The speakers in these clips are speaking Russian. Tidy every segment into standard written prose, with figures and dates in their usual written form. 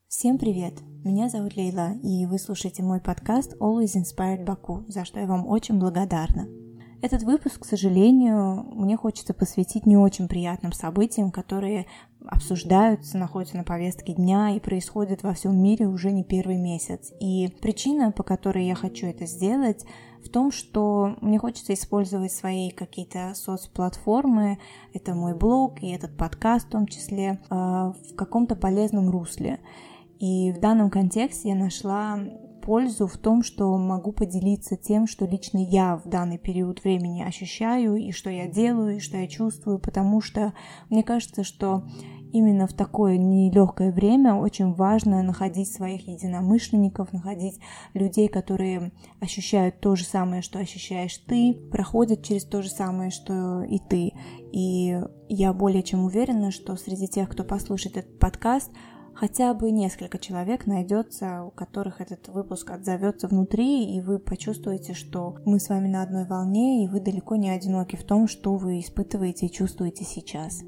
Всем привет! Меня зовут Лейла, и вы слушаете мой подкаст Always Inspired Baku, за что я вам очень благодарна. Этот выпуск, к сожалению, мне хочется посвятить не очень приятным событиям, которые обсуждаются, находятся на повестке дня и происходят во всем мире уже не первый месяц. И причина, по которой я хочу это сделать, в том, что мне хочется использовать свои какие-то соцплатформы, это мой блог и этот подкаст в том числе, в каком-то полезном русле. И в данном контексте я нашла пользу в том, что могу поделиться тем, что лично я в данный период времени ощущаю, и что я делаю, и что я чувствую, потому что мне кажется, что именно в такое нелегкое время очень важно находить своих единомышленников, находить людей, которые ощущают то же самое, что ощущаешь ты, проходят через то же самое, что и ты. И я более чем уверена, что среди тех, кто послушает этот подкаст, хотя бы несколько человек найдется, у которых этот выпуск отзовется внутри, и вы почувствуете, что мы с вами на одной волне, и вы далеко не одиноки в том, что вы испытываете и чувствуете сейчас.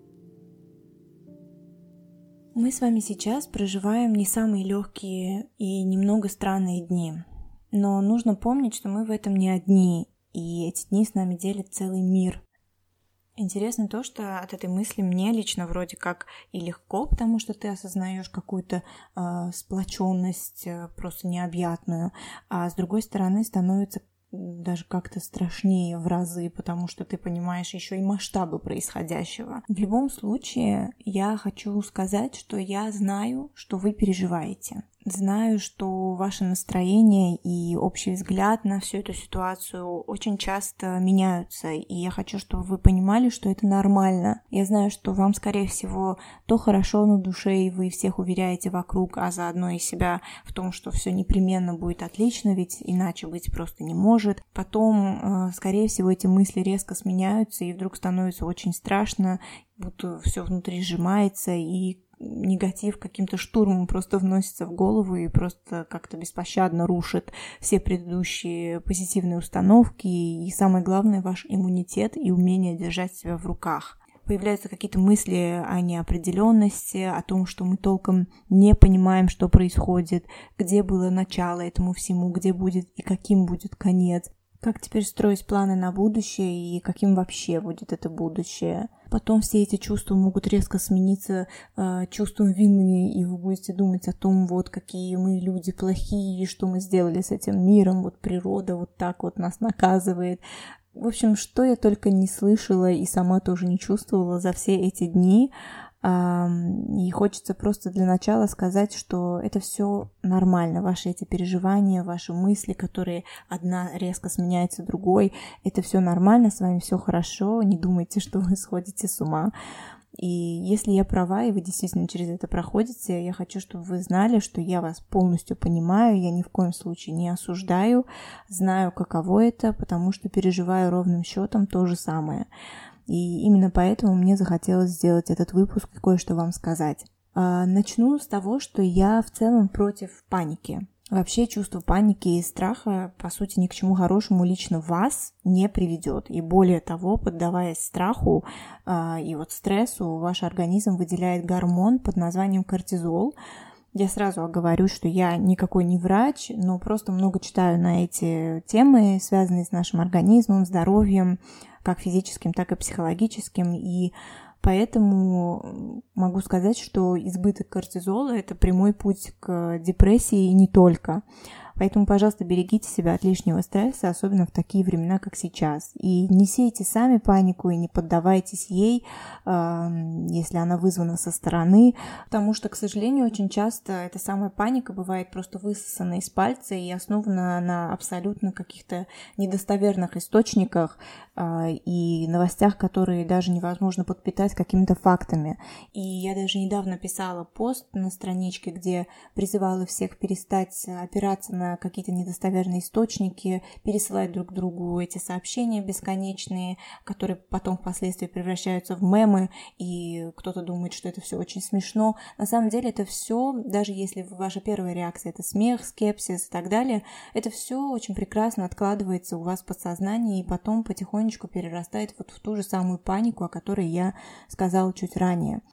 Мы с вами сейчас проживаем не самые легкие и немного странные дни, но нужно помнить, что мы в этом не одни, и эти дни с нами делит целый мир. Интересно то, что от этой мысли мне лично вроде как и легко, потому что ты осознаешь какую-то сплоченность просто необъятную, а с другой стороны становится даже как-то страшнее в разы, потому что ты понимаешь еще и масштабы происходящего. В любом случае, я хочу сказать, что я знаю, что вы переживаете. Знаю, что ваше настроение и общий взгляд на всю эту ситуацию очень часто меняются, и я хочу, чтобы вы понимали, что это нормально. Я знаю, что вам, скорее всего, то хорошо на душе, и вы всех уверяете вокруг, а заодно и себя в том, что все непременно будет отлично, ведь иначе быть просто не может. Потом, скорее всего, эти мысли резко сменяются, и вдруг становится очень страшно, будто все внутри сжимается, и негатив каким-то штурмом просто вносится в голову и просто как-то беспощадно рушит все предыдущие позитивные установки и, самое главное, ваш иммунитет и умение держать себя в руках. Появляются какие-то мысли о неопределенности, о том, что мы толком не понимаем, что происходит, где было начало этому всему, где будет и каким будет конец. Как теперь строить планы на будущее и каким вообще будет это будущее? Потом все эти чувства могут резко смениться чувством вины, и вы будете думать о том, вот какие мы люди плохие, что мы сделали с этим миром, вот природа вот так вот нас наказывает. В общем, что я только не слышала и сама тоже не чувствовала за все эти дни. И хочется просто для начала сказать, что это все нормально, ваши эти переживания, ваши мысли, которые одна резко сменяется другой, это все нормально, с вами все хорошо, не думайте, что вы сходите с ума. И если я права, и вы действительно через это проходите, я хочу, чтобы вы знали, что я вас полностью понимаю, я ни в коем случае не осуждаю, знаю, каково это, потому что переживаю ровным счетом то же самое. И именно поэтому мне захотелось сделать этот выпуск и кое-что вам сказать. Начну с того, что я в целом против паники. Вообще чувство паники и страха, по сути, ни к чему хорошему лично вас не приведет. И более того, поддаваясь страху и вот стрессу, ваш организм выделяет гормон под названием кортизол. Я сразу оговорюсь, что я никакой не врач, но просто много читаю на эти темы, связанные с нашим организмом, здоровьем, как физическим, так и психологическим, и поэтому могу сказать, что избыток кортизола – это прямой путь к депрессии и не только. Поэтому, пожалуйста, берегите себя от лишнего стресса, особенно в такие времена, как сейчас. И не сейте сами панику и не поддавайтесь ей, если она вызвана со стороны, потому что, к сожалению, очень часто эта самая паника бывает просто высосана из пальца и основана на абсолютно каких-то недостоверных источниках и новостях, которые даже невозможно подпитать какими-то фактами. И я даже недавно писала пост на страничке, где призывала всех перестать опираться на какие-то недостоверные источники, пересылать друг другу эти сообщения бесконечные, которые потом впоследствии превращаются в мемы, и кто-то думает, что это все очень смешно. На самом деле это все, даже если ваша первая реакция это смех, скепсис и так далее, это все очень прекрасно откладывается у вас в подсознании и потом потихонечку перерастает вот в ту же самую панику, о которой я сказала чуть ранее.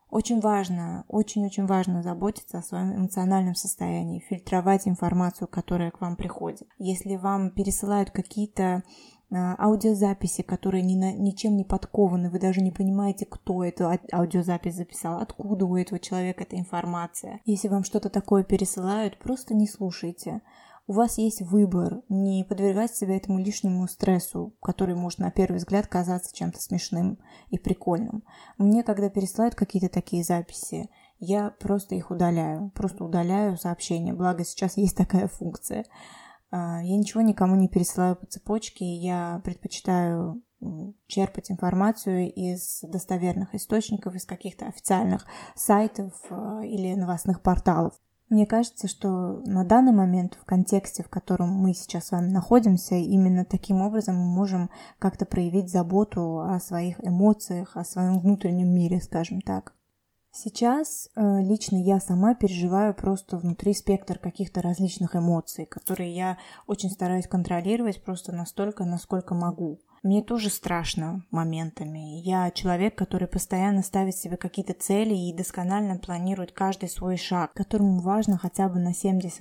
Очень важно, очень-очень важно заботиться о своем эмоциональном состоянии, фильтровать информацию, которая к вам приходит. Если вам пересылают какие-то аудиозаписи, которые ничем не подкованы, вы даже не понимаете, кто эту аудиозапись записал, откуда у этого человека эта информация. Если вам что-то такое пересылают, просто не слушайте. У вас есть выбор, не подвергать себя этому лишнему стрессу, который может на первый взгляд казаться чем-то смешным и прикольным. Мне, когда пересылают какие-то такие записи, я просто их удаляю, сообщения, благо сейчас есть такая функция. Я ничего никому не пересылаю по цепочке, я предпочитаю черпать информацию из достоверных источников, из каких-то официальных сайтов или новостных порталов. Мне кажется, что на данный момент, в контексте, в котором мы сейчас с вами находимся, именно таким образом мы можем как-то проявить заботу о своих эмоциях, о своем внутреннем мире, скажем так. Сейчас лично я сама переживаю просто внутри спектр каких-то различных эмоций, которые я очень стараюсь контролировать просто настолько, насколько могу. Мне тоже страшно моментами. Я человек, который постоянно ставит себе какие-то цели и досконально планирует каждый свой шаг, которому важно хотя бы на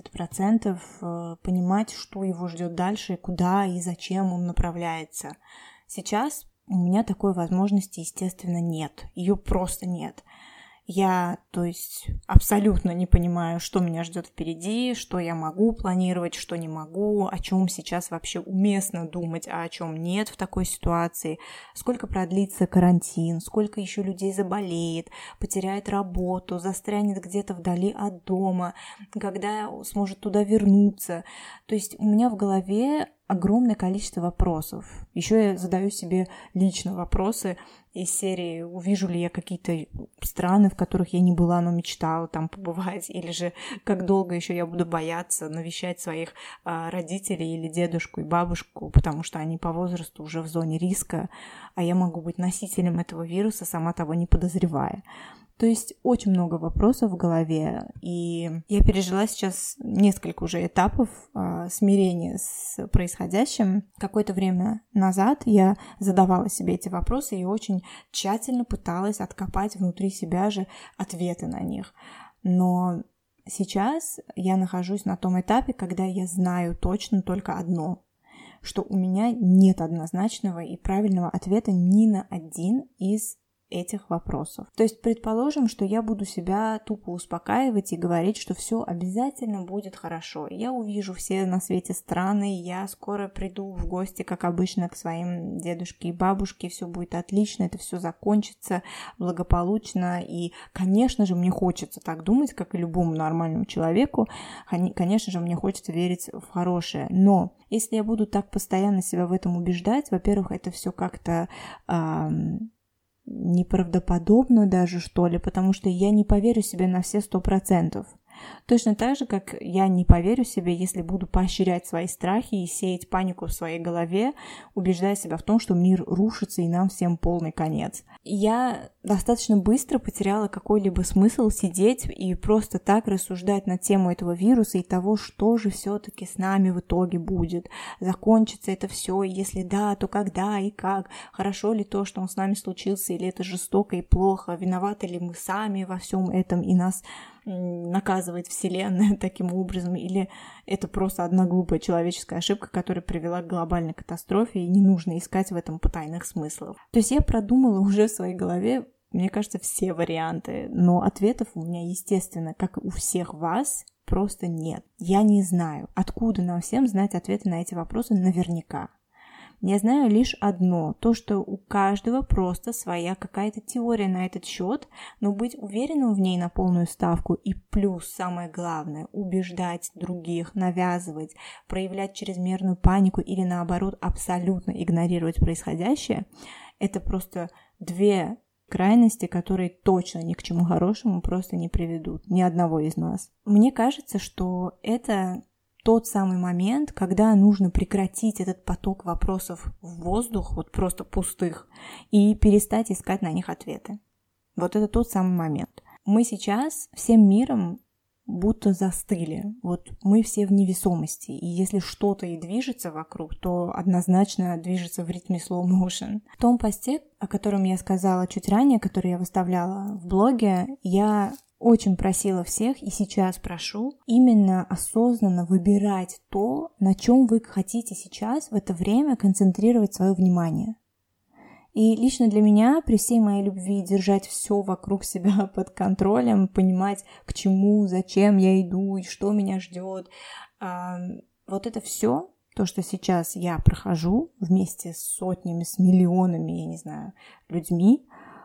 70% понимать, что его ждет дальше, куда и зачем он направляется. Сейчас у меня такой возможности, естественно, нет. Ее просто нет. Я, абсолютно не понимаю, что меня ждет впереди, что я могу планировать, что не могу, о чем сейчас вообще уместно думать, а о чем нет в такой ситуации, сколько продлится карантин, сколько еще людей заболеет, потеряет работу, застрянет где-то вдали от дома, когда сможет туда вернуться. То есть у меня в голове огромное количество вопросов. Еще я задаю себе лично вопросы из серии: увижу ли я какие-то страны, в которых я не была, но мечтала там побывать, или же как долго еще я буду бояться навещать своих родителей или дедушку и бабушку, потому что они по возрасту уже в зоне риска, а я могу быть носителем этого вируса, сама того не подозревая. То есть очень много вопросов в голове, и я пережила сейчас несколько уже этапов смирения с происходящим. Какое-то время назад я задавала себе эти вопросы и очень тщательно пыталась откопать внутри себя же ответы на них. Но сейчас я нахожусь на том этапе, когда я знаю точно только одно, что у меня нет однозначного и правильного ответа ни на один из этих вопросов. То есть, предположим, что я буду себя тупо успокаивать и говорить, что все обязательно будет хорошо. Я увижу все на свете страны, я скоро приду в гости, как обычно, к своим дедушке и бабушке, все будет отлично, это все закончится благополучно. И, конечно же, мне хочется так думать, как и любому нормальному человеку. Конечно же, мне хочется верить в хорошее. Но если я буду так постоянно себя в этом убеждать, во-первых, это все как-то неправдоподобно даже, что ли, потому что я не поверю себе на все 100%. Точно так же, как я не поверю себе, если буду поощрять свои страхи и сеять панику в своей голове, убеждая себя в том, что мир рушится и нам всем полный конец. Я достаточно быстро потеряла какой-либо смысл сидеть и просто так рассуждать на тему этого вируса и того, что же все-таки с нами в итоге будет. Закончится это все, и если да, то когда и как? Хорошо ли то, что он с нами случился, или это жестоко и плохо? Виноваты ли мы сами во всем этом, и нас наказывает Вселенная таким образом, или это просто одна глупая человеческая ошибка, которая привела к глобальной катастрофе, и не нужно искать в этом потайных смыслов. То есть я продумала уже в своей голове, мне кажется, все варианты, но ответов у меня, естественно, как у всех вас, просто нет. Я не знаю, откуда нам всем знать ответы на эти вопросы наверняка. Я знаю лишь одно, то, что у каждого просто своя какая-то теория на этот счет, но быть уверенным в ней на полную ставку и плюс, самое главное, убеждать других, навязывать, проявлять чрезмерную панику или наоборот абсолютно игнорировать происходящее, это просто две крайности, которые точно ни к чему хорошему просто не приведут ни одного из нас. Мне кажется, что это тот самый момент, когда нужно прекратить этот поток вопросов в воздух, вот просто пустых, и перестать искать на них ответы. Вот это тот самый момент. Мы сейчас всем миром будто застыли. Вот мы все в невесомости, и если что-то и движется вокруг, то однозначно движется в ритме slow motion. В том посте, о котором я сказала чуть ранее, который я выставляла в блоге, я очень просила всех и сейчас прошу именно осознанно выбирать то, на чем вы хотите сейчас в это время концентрировать свое внимание. И лично для меня, при всей моей любви, держать все вокруг себя под контролем, понимать, к чему, зачем я иду и что меня ждет, вот это все, то, что сейчас я прохожу вместе с сотнями, с миллионами, я не знаю, людьми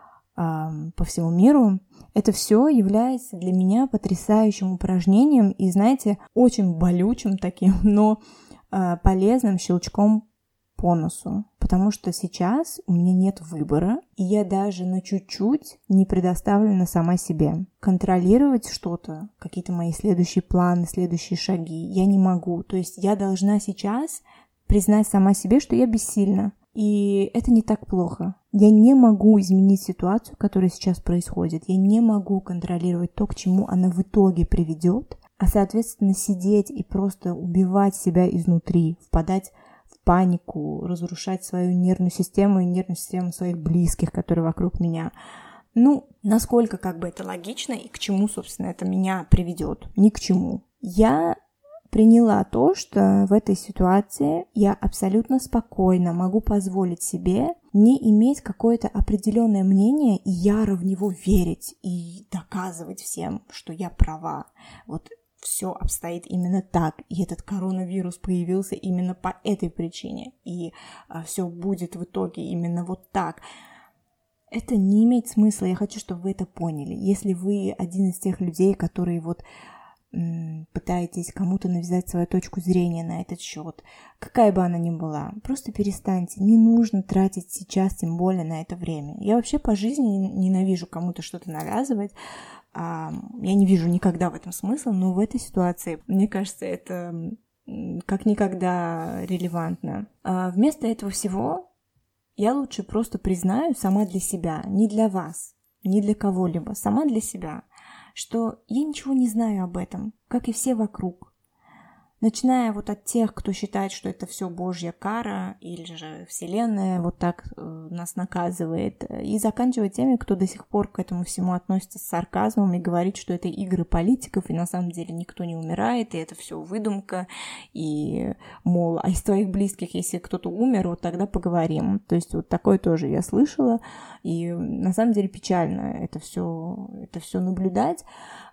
по всему миру, это все является для меня потрясающим упражнением и, знаете, очень болючим таким, но полезным щелчком по носу, потому что сейчас у меня нет выбора, и я даже на чуть-чуть не предоставлена сама себе. Контролировать что-то, какие-то мои следующие планы, следующие шаги я не могу. То есть я должна сейчас признать сама себе, что я бессильна. И это не так плохо. Я не могу изменить ситуацию, которая сейчас происходит. Я не могу контролировать то, к чему она в итоге приведет, а, соответственно, сидеть и просто убивать себя изнутри, впадать в панику, разрушать свою нервную систему и нервную систему своих близких, которые вокруг меня. Насколько это логично и к чему, собственно, это меня приведет? Ни к чему. Я приняла то, что в этой ситуации я абсолютно спокойно могу позволить себе не иметь какое-то определенное мнение и яро в него верить и доказывать всем, что я права. Вот все обстоит именно так, и этот коронавирус появился именно по этой причине, и все будет в итоге именно вот так. Это не имеет смысла, я хочу, чтобы вы это поняли. Если вы один из тех людей, которые пытаетесь кому-то навязать свою точку зрения на этот счет, какая бы она ни была, просто перестаньте, не нужно тратить сейчас, тем более на это время. Я вообще по жизни ненавижу кому-то что-то навязывать, я не вижу никогда в этом смысла, но в этой ситуации, мне кажется, это как никогда релевантно. Вместо этого всего я лучше просто признаю сама для себя, не для вас, не для кого-либо, сама для себя, что я ничего не знаю об этом, как и все вокруг. Начиная от тех, кто считает, что это все Божья кара, или же Вселенная вот так нас наказывает, и заканчивая теми, кто до сих пор к этому всему относится с сарказмом и говорит, что это игры политиков, и на самом деле никто не умирает, и это все выдумка, и, мол, а из твоих близких, если кто-то умер, вот тогда поговорим. То есть вот такое тоже я слышала, и на самом деле печально это все наблюдать.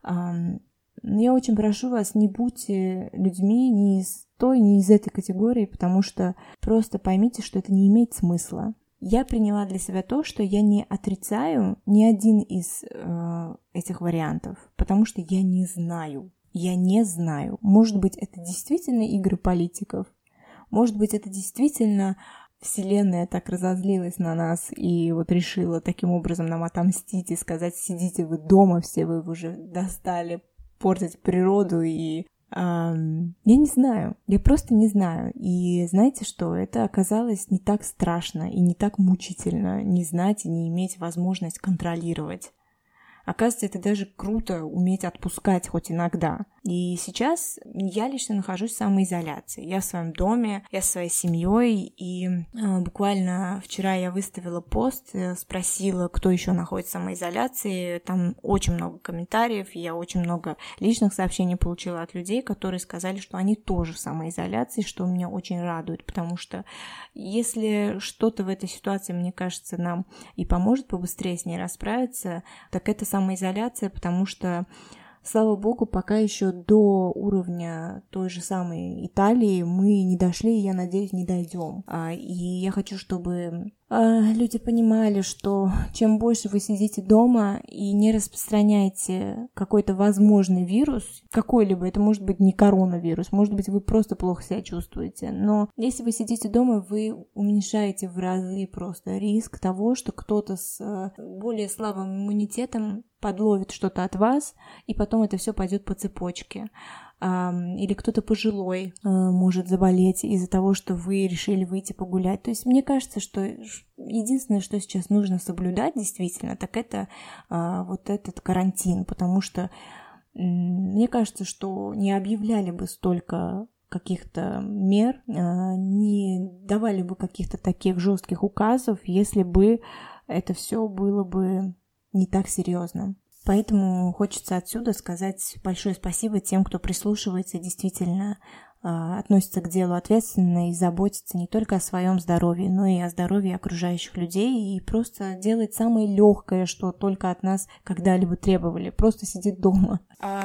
Я очень прошу вас, не будьте людьми ни из той, ни из этой категории, потому что просто поймите, что это не имеет смысла. Я приняла для себя то, что я не отрицаю ни один из этих вариантов, потому что я не знаю. Я не знаю. Может быть, это действительно игры политиков, может быть, это действительно Вселенная так разозлилась на нас и решила таким образом нам отомстить и сказать: сидите вы дома, все вы уже достали портить природу, и я не знаю, я просто не знаю. И знаете что, это оказалось не так страшно и не так мучительно не знать и не иметь возможность контролировать. Оказывается, это даже круто уметь отпускать хоть иногда. И сейчас я лично нахожусь в самоизоляции. Я в своем доме, я со своей семьей, и буквально вчера я выставила пост, спросила, кто еще находится в самоизоляции. Там очень много комментариев, я очень много личных сообщений получила от людей, которые сказали, что они тоже в самоизоляции, что меня очень радует, потому что если что-то в этой ситуации, мне кажется, нам и поможет побыстрее с ней расправиться, так это самоизоляция, потому что, слава богу, пока еще до уровня той же самой Италии мы не дошли, и, я надеюсь, не дойдем. И я хочу, чтобы люди понимали, что чем больше вы сидите дома и не распространяете какой-то возможный вирус, какой-либо, это может быть не коронавирус, может быть, вы просто плохо себя чувствуете, но если вы сидите дома, вы уменьшаете в разы просто риск того, что кто-то с более слабым иммунитетом подловит что-то от вас, и потом это все пойдет по цепочке. Или кто-то пожилой может заболеть из-за того, что вы решили выйти погулять. То есть мне кажется, что единственное, что сейчас нужно соблюдать действительно, так это вот этот карантин, потому что мне кажется, что не объявляли бы столько каких-то мер, не давали бы каких-то таких жестких указов, если бы это все было бы не так серьезно. Поэтому хочется отсюда сказать большое спасибо тем, кто прислушивается и действительно относится к делу ответственно и заботится не только о своем здоровье, но и о здоровье окружающих людей и просто делает самое легкое, что только от нас когда-либо требовали, просто сидит дома.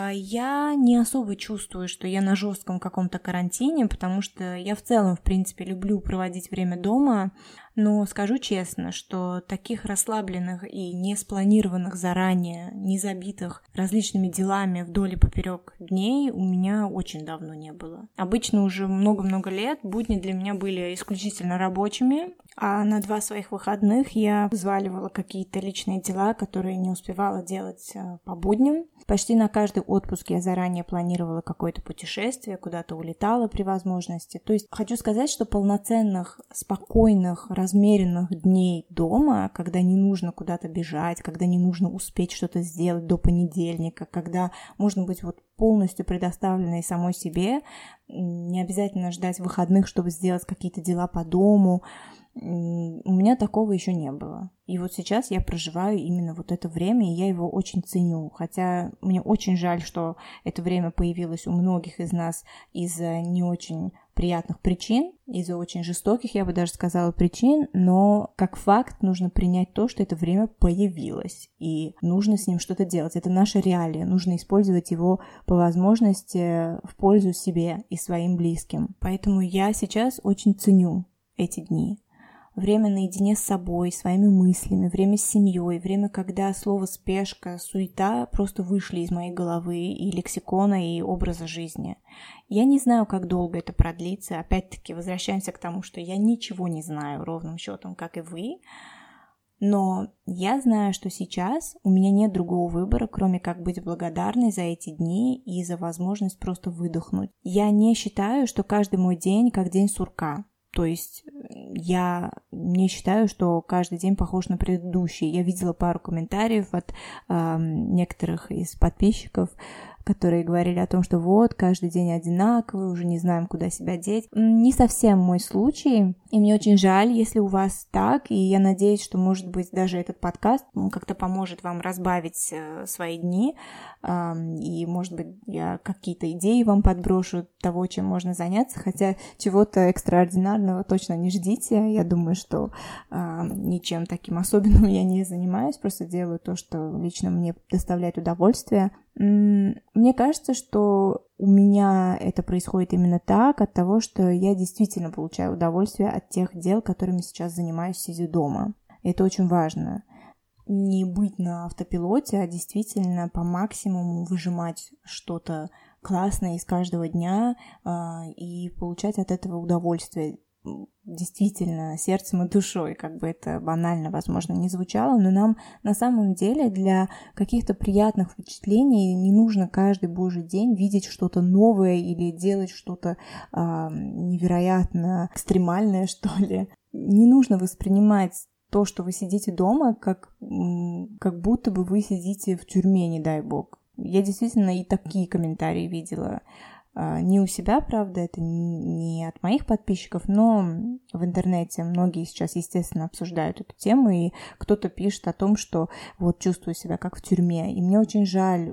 Я не особо чувствую, что я на жестком каком-то карантине, потому что я в целом, в принципе, люблю проводить время дома, но скажу честно, что таких расслабленных и не спланированных заранее, не забитых различными делами вдоль и поперек дней у меня очень давно не было. Обычно уже много-много лет будни для меня были исключительно рабочими, а на 2 своих выходных я взваливала какие-то личные дела, которые не успевала делать по будням. Почти на каждый отпуск я заранее планировала какое-то путешествие, куда-то улетала при возможности. То есть хочу сказать, что полноценных, спокойных, размеренных дней дома, когда не нужно куда-то бежать, когда не нужно успеть что-то сделать до понедельника, когда можно быть вот полностью предоставленной самой себе, не обязательно ждать выходных, чтобы сделать какие-то дела по дому. У меня такого еще не было. И вот сейчас я проживаю именно вот это время, и я его очень ценю. Хотя мне очень жаль, что это время появилось у многих из нас из-за не очень приятных причин, из-за очень жестоких, я бы даже сказала, причин, но как факт нужно принять то, что это время появилось, и нужно с ним что-то делать. Это наша реалия, нужно использовать его по возможности в пользу себе и своим близким. Поэтому я сейчас очень ценю эти дни. Время наедине с собой, своими мыслями, время с семьей, время, когда слово «спешка», «суета» просто вышли из моей головы и лексикона, и образа жизни. Я не знаю, как долго это продлится. Опять-таки, возвращаемся к тому, что я ничего не знаю ровным счетом, как и вы. Но я знаю, что сейчас у меня нет другого выбора, кроме как быть благодарной за эти дни и за возможность просто выдохнуть. Я не считаю, что каждый мой день как день сурка. То есть я не считаю, что каждый день похож на предыдущий. Я видела пару комментариев от некоторых из подписчиков, которые говорили о том, что вот, каждый день одинаковый, уже не знаем, куда себя деть. Не совсем мой случай, и мне очень жаль, если у вас так, и я надеюсь, что, может быть, даже этот подкаст как-то поможет вам разбавить свои дни, и, может быть, я какие-то идеи вам подброшу того, чем можно заняться, хотя чего-то экстраординарного точно не ждите. Я думаю, что ничем таким особенным я не занимаюсь, просто делаю то, что лично мне доставляет удовольствие. Мне кажется, что у меня это происходит именно так, от того, что я действительно получаю удовольствие от тех дел, которыми сейчас занимаюсь, сидя дома. И это очень важно. Не быть на автопилоте, а действительно по максимуму выжимать что-то классное из каждого дня и получать от этого удовольствие. Действительно, сердцем и душой, как бы это банально, возможно, не звучало, но нам на самом деле для каких-то приятных впечатлений не нужно каждый божий день видеть что-то новое или делать что-то невероятно экстремальное, что ли. Не нужно воспринимать то, что вы сидите дома, как будто бы вы сидите в тюрьме, не дай бог. Я действительно и такие комментарии видела. Не у себя, правда, это не от моих подписчиков, но в интернете многие сейчас, естественно, обсуждают эту тему, и кто-то пишет о том, что вот чувствую себя как в тюрьме. И мне очень жаль,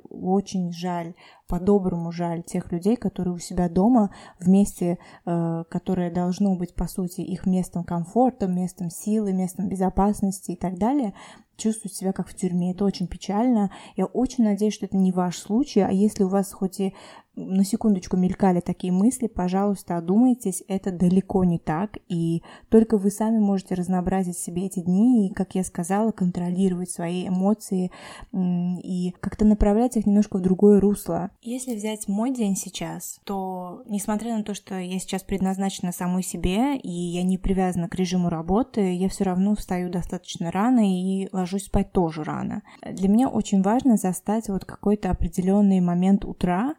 по-доброму жаль тех людей, которые у себя дома в месте, которое должно быть, по сути, их местом комфорта, местом силы, местом безопасности и так далее, чувствуют себя как в тюрьме. Это очень печально. Я очень надеюсь, что это не ваш случай, а если у вас хоть и на секундочку мелькали такие мысли, пожалуйста, одумайтесь, это далеко не так, и только вы сами можете разнообразить себе эти дни и, как я сказала, контролировать свои эмоции и как-то направлять их немножко в другое русло. Если взять мой день сейчас, то, несмотря на то, что я сейчас предназначена самой себе, и я не привязана к режиму работы, я все равно встаю достаточно рано и ложусь спать тоже рано. Для меня очень важно застать вот какой-то определенный момент утра, когда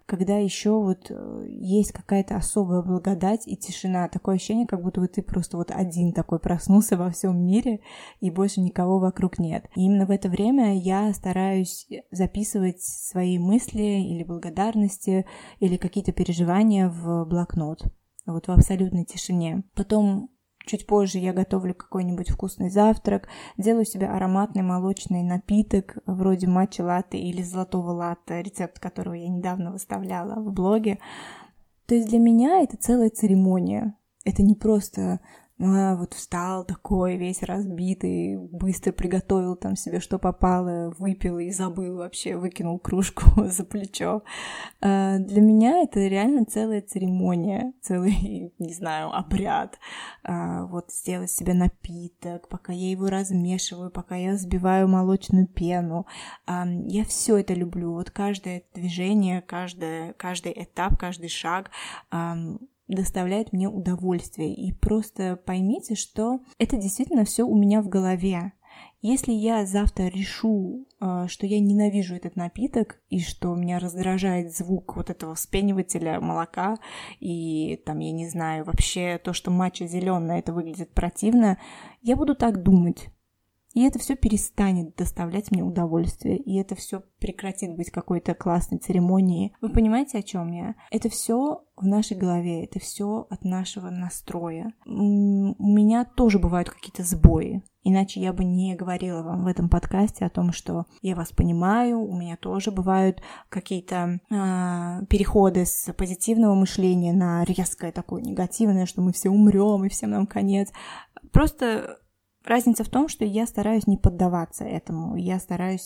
еще вот есть какая-то особая благодать и тишина. Такое ощущение, как будто ты просто вот один такой проснулся во всем мире, и больше никого вокруг нет. И именно в это время я стараюсь записывать свои мысли или благодарности, или какие-то переживания в блокнот. Вот в абсолютной тишине. Потом чуть позже я готовлю какой-нибудь вкусный завтрак, делаю себе ароматный молочный напиток вроде матча-латте или золотого латте, рецепт которого я недавно выставляла в блоге. То есть для меня это целая церемония. Это не просто вот встал такой весь разбитый, быстро приготовил там себе что попало, выпил и забыл вообще, выкинул кружку за плечо. Для меня это реально целая церемония, целый, не знаю, обряд. Вот сделать себе напиток, пока я его размешиваю, пока я взбиваю молочную пену. Я все это люблю. Вот каждое движение, каждый этап, каждый шаг доставляет мне удовольствие. И просто поймите, что это действительно все у меня в голове. Если я завтра решу, что я ненавижу этот напиток и что меня раздражает звук вот этого вспенивателя молока и там, я не знаю, вообще то, что матча зеленая, это выглядит противно, я буду так думать. И это все перестанет доставлять мне удовольствие, и это все прекратит быть какой-то классной церемонией. Вы понимаете, о чем я? Это все в нашей голове, это все от нашего настроя. У меня тоже бывают какие-то сбои, иначе я бы не говорила вам в этом подкасте о том, что я вас понимаю, у меня тоже бывают какие-то переходы с позитивного мышления на резкое такое негативное, что мы все умрем и всем нам конец. Просто разница в том, что я стараюсь не поддаваться этому, я стараюсь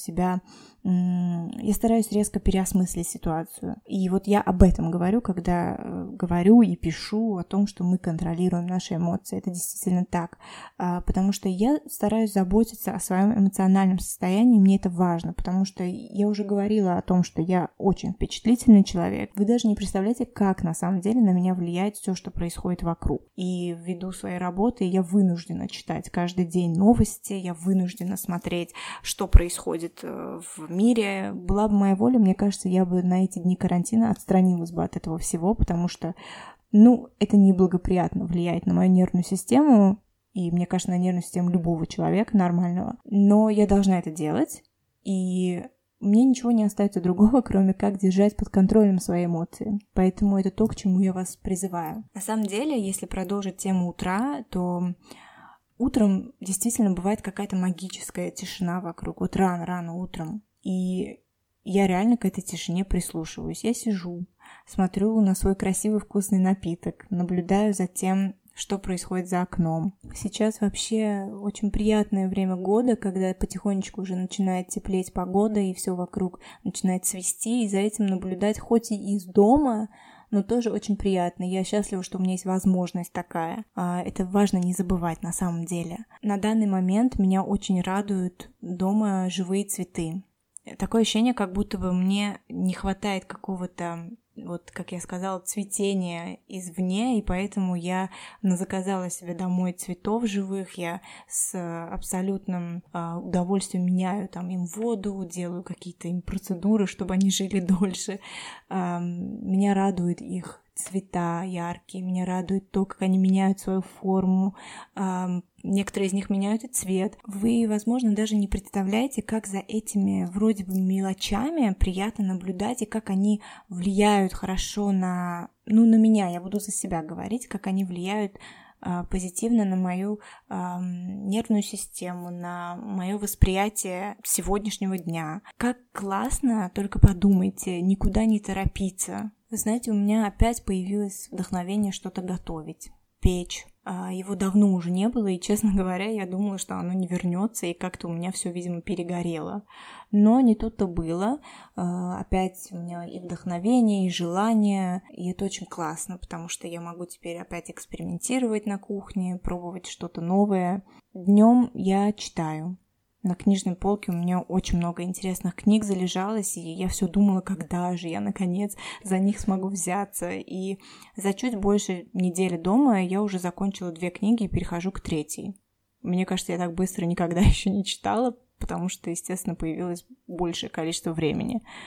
резко переосмыслить ситуацию. И вот я об этом говорю, когда говорю и пишу о том, что мы контролируем наши эмоции. Это действительно так. Потому что я стараюсь заботиться о своем эмоциональном состоянии, мне это важно, потому что я уже говорила о том, что я очень впечатлительный человек. Вы даже не представляете, как на самом деле на меня влияет все, что происходит вокруг. И ввиду своей работы я вынуждена читать каждый день новости, я вынуждена смотреть, что происходит в мире. Была бы моя воля, мне кажется, я бы на эти дни карантина отстранилась бы от этого всего, потому что, это неблагоприятно влияет на мою нервную систему, и, мне кажется, на нервную систему любого человека нормального. Но я должна это делать, и мне ничего не остается другого, кроме как держать под контролем свои эмоции. Поэтому это то, к чему я вас призываю. На самом деле, если продолжить тему утра, то утром действительно бывает какая-то магическая тишина вокруг, вот рано утром. И я реально к этой тишине прислушиваюсь. Я сижу, смотрю на свой красивый вкусный напиток, наблюдаю за тем, что происходит за окном. Сейчас вообще очень приятное время года, когда потихонечку уже начинает теплеть погода, и все вокруг начинает цвести, и за этим наблюдать хоть и из дома, но тоже очень приятно. Я счастлива, что у меня есть возможность такая. Это важно не забывать на самом деле. На данный момент меня очень радуют дома живые цветы. Такое ощущение, как будто бы мне не хватает какого-то, вот как я сказала, цветения извне, и поэтому я заказала себе домой цветов живых, я с абсолютным удовольствием меняю там им воду, делаю какие-то им процедуры, чтобы они жили дольше. Меня радует их цвета яркие, меня радует то, как они меняют свою форму. Некоторые из них меняют и цвет. Вы, возможно, даже не представляете, как за этими вроде бы мелочами приятно наблюдать, и как они влияют хорошо на меня, я буду за себя говорить, как они влияют позитивно на мою нервную систему, на мое восприятие сегодняшнего дня. Как классно, только подумайте, никуда не торопиться. Вы знаете, у меня опять появилось вдохновение что-то готовить, печь. Его давно уже не было, и, честно говоря, я думала, что оно не вернется, и как-то у меня все, видимо, перегорело. Но не тут-то было. Опять у меня и вдохновение, и желание, и это очень классно, потому что я могу теперь опять экспериментировать на кухне, пробовать что-то новое. Днем я читаю. На книжной полке у меня очень много интересных книг залежалось, и я все думала, когда же я, наконец, за них смогу взяться. И за чуть больше недели дома я уже закончила 2 книги и перехожу к 3. Мне кажется, я так быстро никогда еще не читала, потому что, естественно, появилось большее количество времени.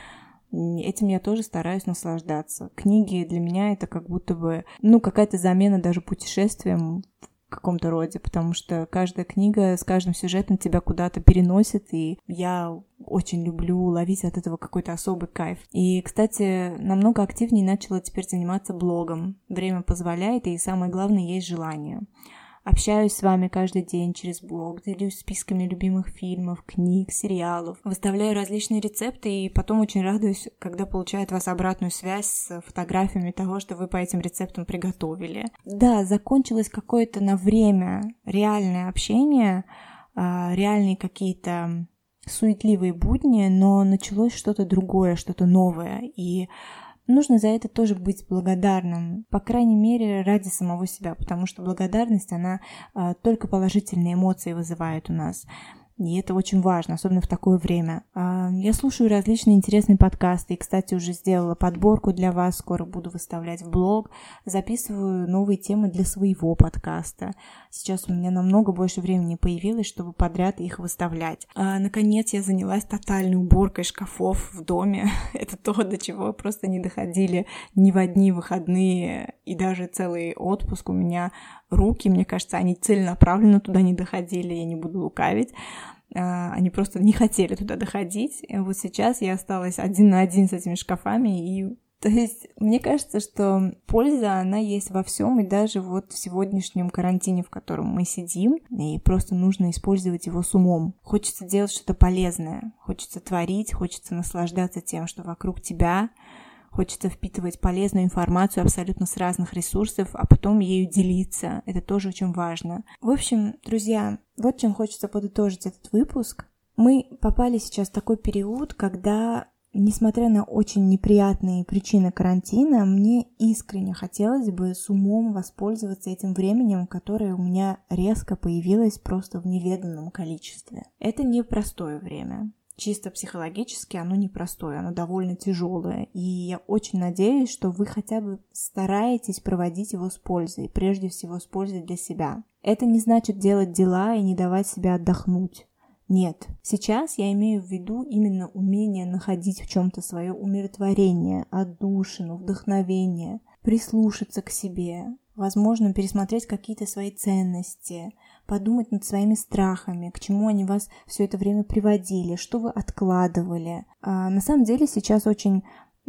Этим я тоже стараюсь наслаждаться. Книги для меня это как будто бы, какая-то замена даже путешествиям в каком-то роде, потому что каждая книга с каждым сюжетом тебя куда-то переносит, и я очень люблю ловить от этого какой-то особый кайф. И, кстати, намного активнее начала теперь заниматься блогом. Время позволяет, и самое главное, есть желание. Общаюсь с вами каждый день через блог, делюсь списками любимых фильмов, книг, сериалов, выставляю различные рецепты и потом очень радуюсь, когда получаю от вас обратную связь с фотографиями того, что вы по этим рецептам приготовили. Да, закончилось какое-то на время реальное общение, реальные какие-то суетливые будни, но началось что-то другое, что-то новое, и нужно за это тоже быть благодарным, по крайней мере, ради самого себя, потому что благодарность, она только положительные эмоции вызывает у нас. И это очень важно, особенно в такое время. Я слушаю различные интересные подкасты. И, кстати, уже сделала подборку для вас. Скоро буду выставлять в блог. Записываю новые темы для своего подкаста. Сейчас у меня намного больше времени появилось, чтобы подряд их выставлять. Наконец, я занялась тотальной уборкой шкафов в доме. Это то, до чего просто не доходили ни в одни выходные и даже целый отпуск у меня руки. Мне кажется, они целенаправленно туда не доходили, я не буду лукавить. Они просто не хотели туда доходить. И вот сейчас я осталась один на один с этими шкафами. И, то есть, мне кажется, что польза, она есть во всем, и даже вот в сегодняшнем карантине, в котором мы сидим, и просто нужно использовать его с умом. Хочется делать что-то полезное, хочется творить, хочется наслаждаться тем, что вокруг тебя, хочется впитывать полезную информацию абсолютно с разных ресурсов, а потом ею делиться. Это тоже очень важно. В общем, друзья, вот чем хочется подытожить этот выпуск. Мы попали сейчас в такой период, когда, несмотря на очень неприятные причины карантина, мне искренне хотелось бы с умом воспользоваться этим временем, которое у меня резко появилось просто в неведанном количестве. Это непростое время. Чисто психологически оно непростое, оно довольно тяжелое. И я очень надеюсь, что вы хотя бы стараетесь проводить его с пользой, прежде всего с пользой для себя. Это не значит делать дела и не давать себе отдохнуть. Нет, сейчас я имею в виду именно умение находить в чем-то свое умиротворение, отдушину, вдохновение, прислушаться к себе, возможно, пересмотреть какие-то свои ценности, подумать над своими страхами, к чему они вас все это время приводили, что вы откладывали. На самом деле сейчас очень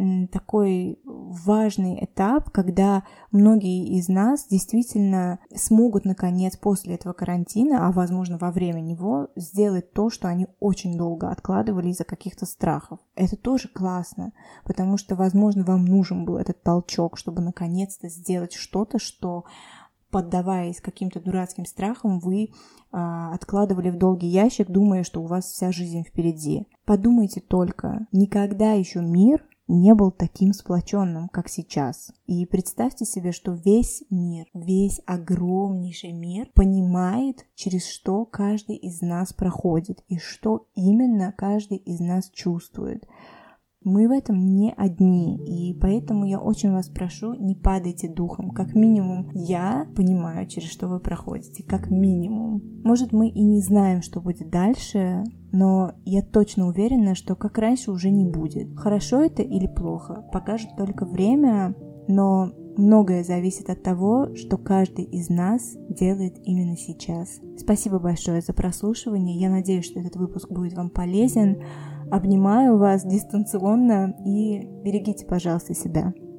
такой важный этап, когда многие из нас действительно смогут, наконец, после этого карантина, а возможно во время него, сделать то, что они очень долго откладывали из-за каких-то страхов. Это тоже классно, потому что, возможно, вам нужен был этот толчок, чтобы наконец-то сделать что-то, что, поддаваясь каким-то дурацким страхам, вы откладывали в долгий ящик, думая, что у вас вся жизнь впереди. Подумайте только, никогда еще мир не был таким сплоченным, как сейчас. И представьте себе, что весь мир, весь огромнейший мир понимает, через что каждый из нас проходит и что именно каждый из нас чувствует. Мы в этом не одни, и поэтому я очень вас прошу, не падайте духом. Как минимум, я понимаю, через что вы проходите, как минимум. Может, мы и не знаем, что будет дальше, но я точно уверена, что как раньше уже не будет. Хорошо это или плохо, покажет только время, но многое зависит от того, что каждый из нас делает именно сейчас. Спасибо большое за прослушивание, я надеюсь, что этот выпуск будет вам полезен. Обнимаю вас дистанционно и берегите, пожалуйста, себя.